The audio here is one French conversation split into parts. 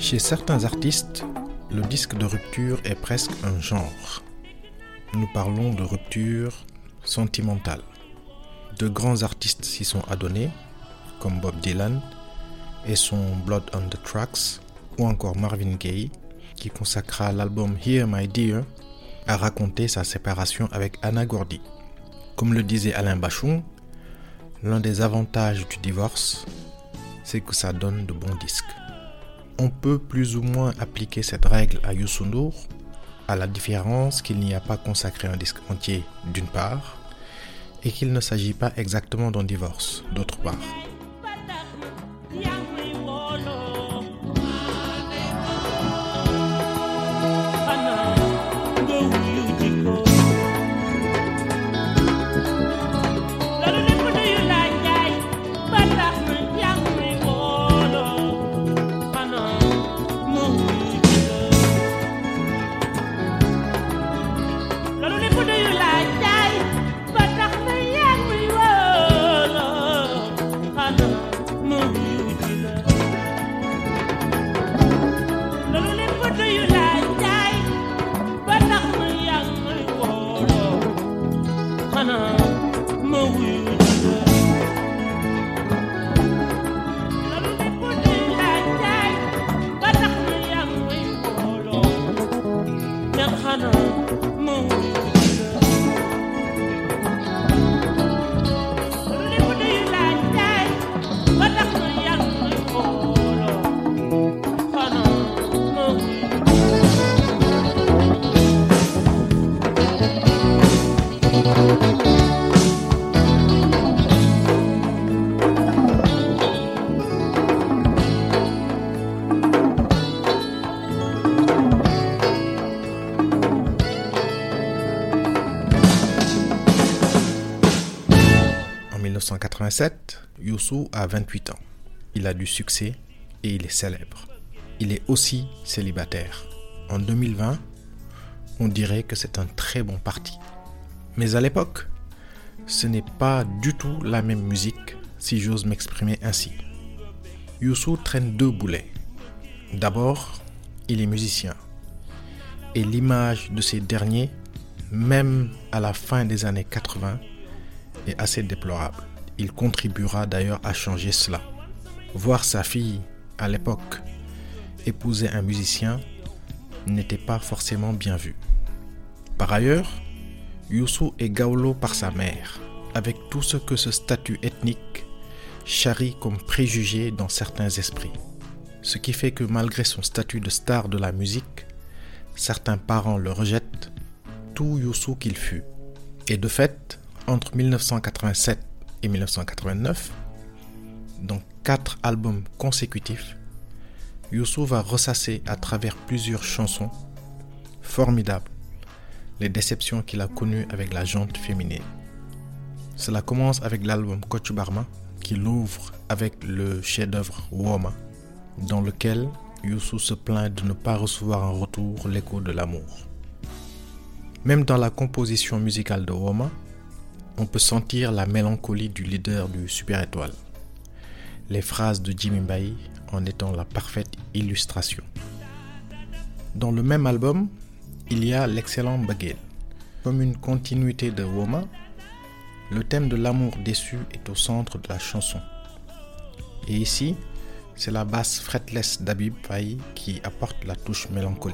Chez certains artistes, le disque de rupture est presque un genre. Nous parlons de rupture sentimentale. De grands artistes s'y sont adonnés, comme Bob Dylan et son Blood on the Tracks, ou encore Marvin Gaye, qui consacra l'album Here My Dear à raconter sa séparation avec Anna Gordy. Comme le disait Alain Bachung, l'un des avantages du divorce, c'est que ça donne de bons disques. On peut plus ou moins appliquer cette règle à Youssou N'Dour, à la différence qu'il n'y a pas consacré un disque entier d'une part, et qu'il ne s'agit pas exactement d'un divorce d'autre part. En 1987, Youssou a 28 ans. Il a du succès et il est célèbre. Il est aussi célibataire. En 2020, on dirait que c'est un très bon parti. Mais à l'époque, ce n'est pas du tout la même musique, si j'ose m'exprimer ainsi. Youssou traîne deux boulets. D'abord, il est musicien. Et l'image de ces derniers, même à la fin des années 80, est assez déplorable. Il contribuera d'ailleurs à changer cela. Voir sa fille, à l'époque, épouser un musicien n'était pas forcément bien vu. Par ailleurs, Youssou est Gaolo par sa mère, avec tout ce que ce statut ethnique charrie comme préjugé dans certains esprits. Ce qui fait que malgré son statut de star de la musique, certains parents le rejettent, tout Youssou qu'il fut. Et de fait, entre 1987 et 1989, dans 4 albums consécutifs, Youssou va ressasser à travers plusieurs chansons formidables les déceptions qu'il a connues avec la gente féminine. Cela commence avec l'album Kocc Barma, qui l'ouvre avec le chef-d'œuvre Woma, dans lequel Youssou se plaint de ne pas recevoir en retour l'écho de l'amour. Même dans la composition musicale de Woma, on peut sentir la mélancolie du leader du Super Étoile. Les phrases de Jimmy Mbaye en étant la parfaite illustration. Dans le même album, il y a l'excellent Mbëggeel. Comme une continuité de Woma, le thème de l'amour déçu est au centre de la chanson. Et ici, c'est la basse fretless d'Habib Faye qui apporte la touche mélancolique.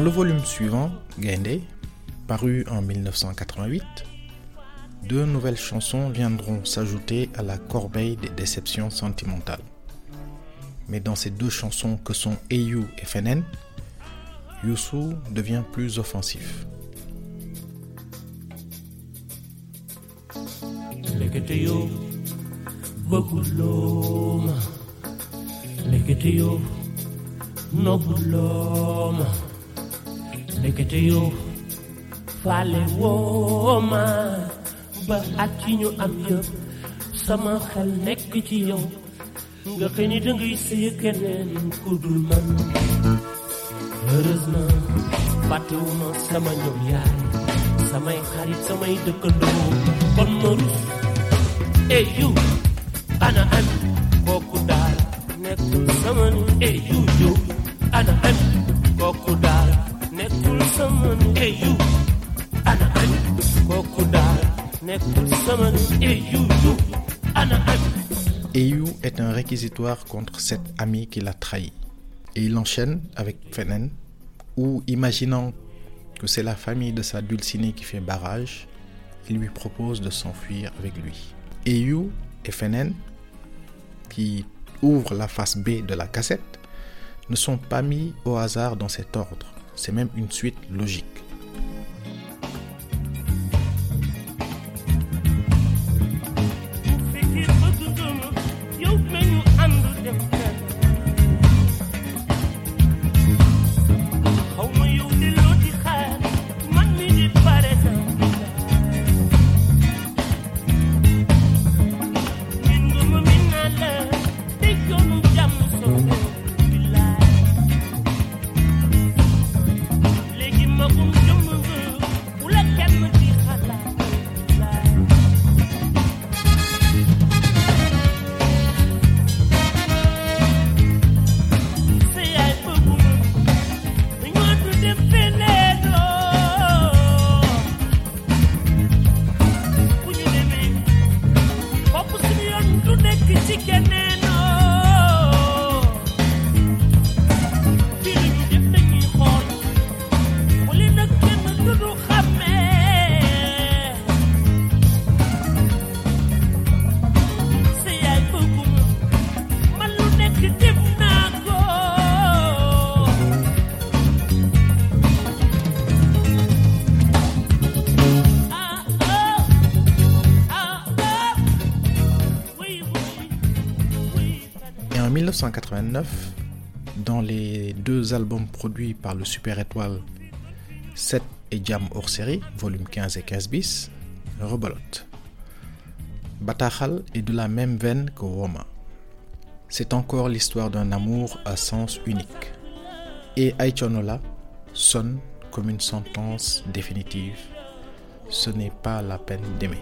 le volume suivant, Gaindé, paru en 1988, 2 nouvelles chansons viendront s'ajouter à la corbeille des déceptions sentimentales. Mais dans ces 2 chansons que sont Eyu et Fenen, Youssou devient plus offensif. Leketeyo, Bokuloma, Leketeyo, Nobuloma, Leketeyo, Fale Woma, ba atiñu am yëpp sama xel nekk ci yow nga xëy ni dangay sëy keneen ku dul man. Heureusement fàttewuma sama ñoom yaay samay xarit samay dëkkandoo kon ma rus. You ana an kooku daal nekkul sama ni. You ana an kooku daal nekkul sama ni. You ana an kooku daal nekkul sama ni. You ana an. Eyu est un réquisitoire contre cet ami qui l'a trahi. Et il enchaîne avec Fenen, où, imaginant que c'est la famille de sa dulcinée qui fait barrage, il lui propose de s'enfuir avec lui. Eyu et Fenen, qui ouvrent la face B de la cassette, ne sont pas mis au hasard dans cet ordre. C'est même une suite logique. En 1989, dans les 2 albums produits par le Super Étoile 7 et Jam hors série, volume 15 et 15 bis, rebelote. Bataaxal est de la même veine que Woma. C'est encore l'histoire d'un amour à sens unique. Et Ay Coono La sonne comme une sentence définitive. Ce n'est pas la peine d'aimer.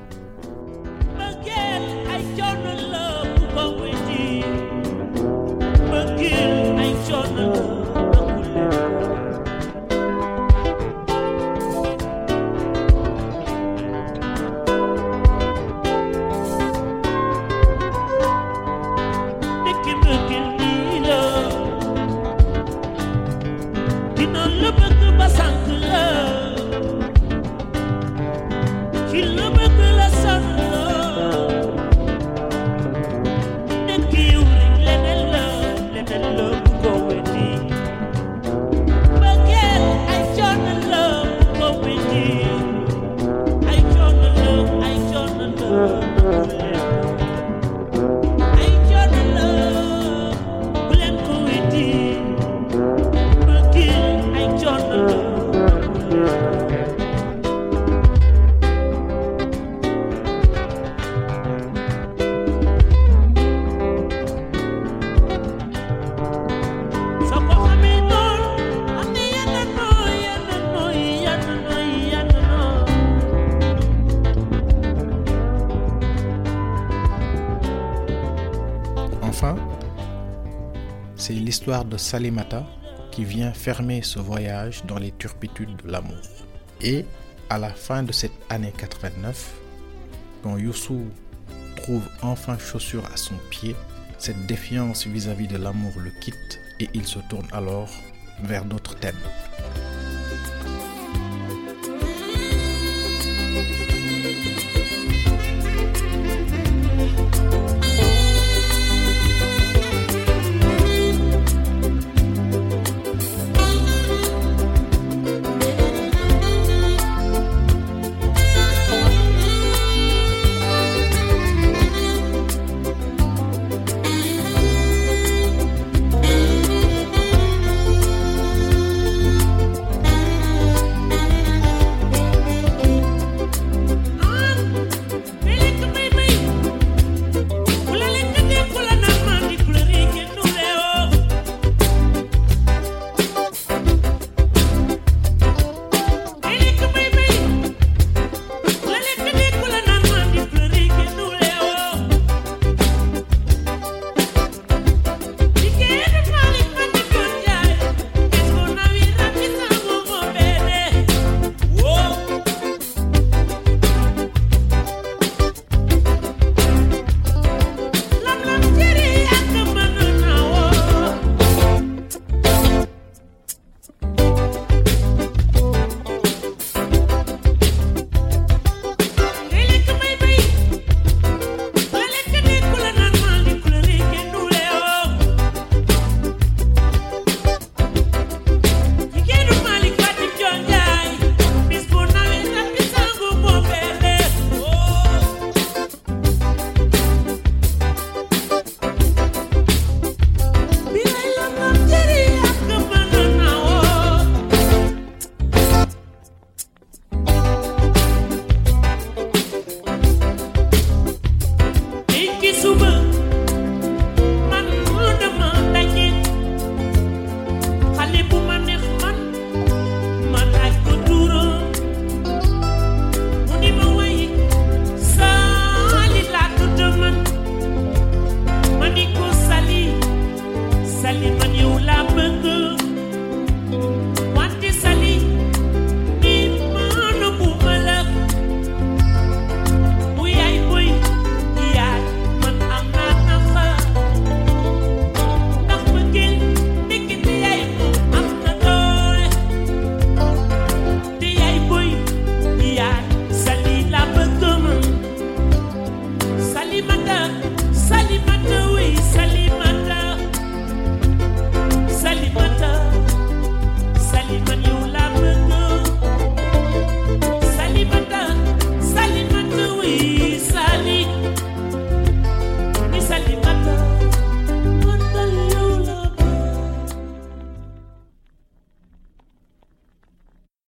Enfin, c'est l'histoire de Salimata qui vient fermer ce voyage dans les turpitudes de l'amour. Et à la fin de cette année 89, quand Youssou trouve enfin chaussure à son pied, cette défiance vis-à-vis de l'amour le quitte et il se tourne alors vers d'autres thèmes.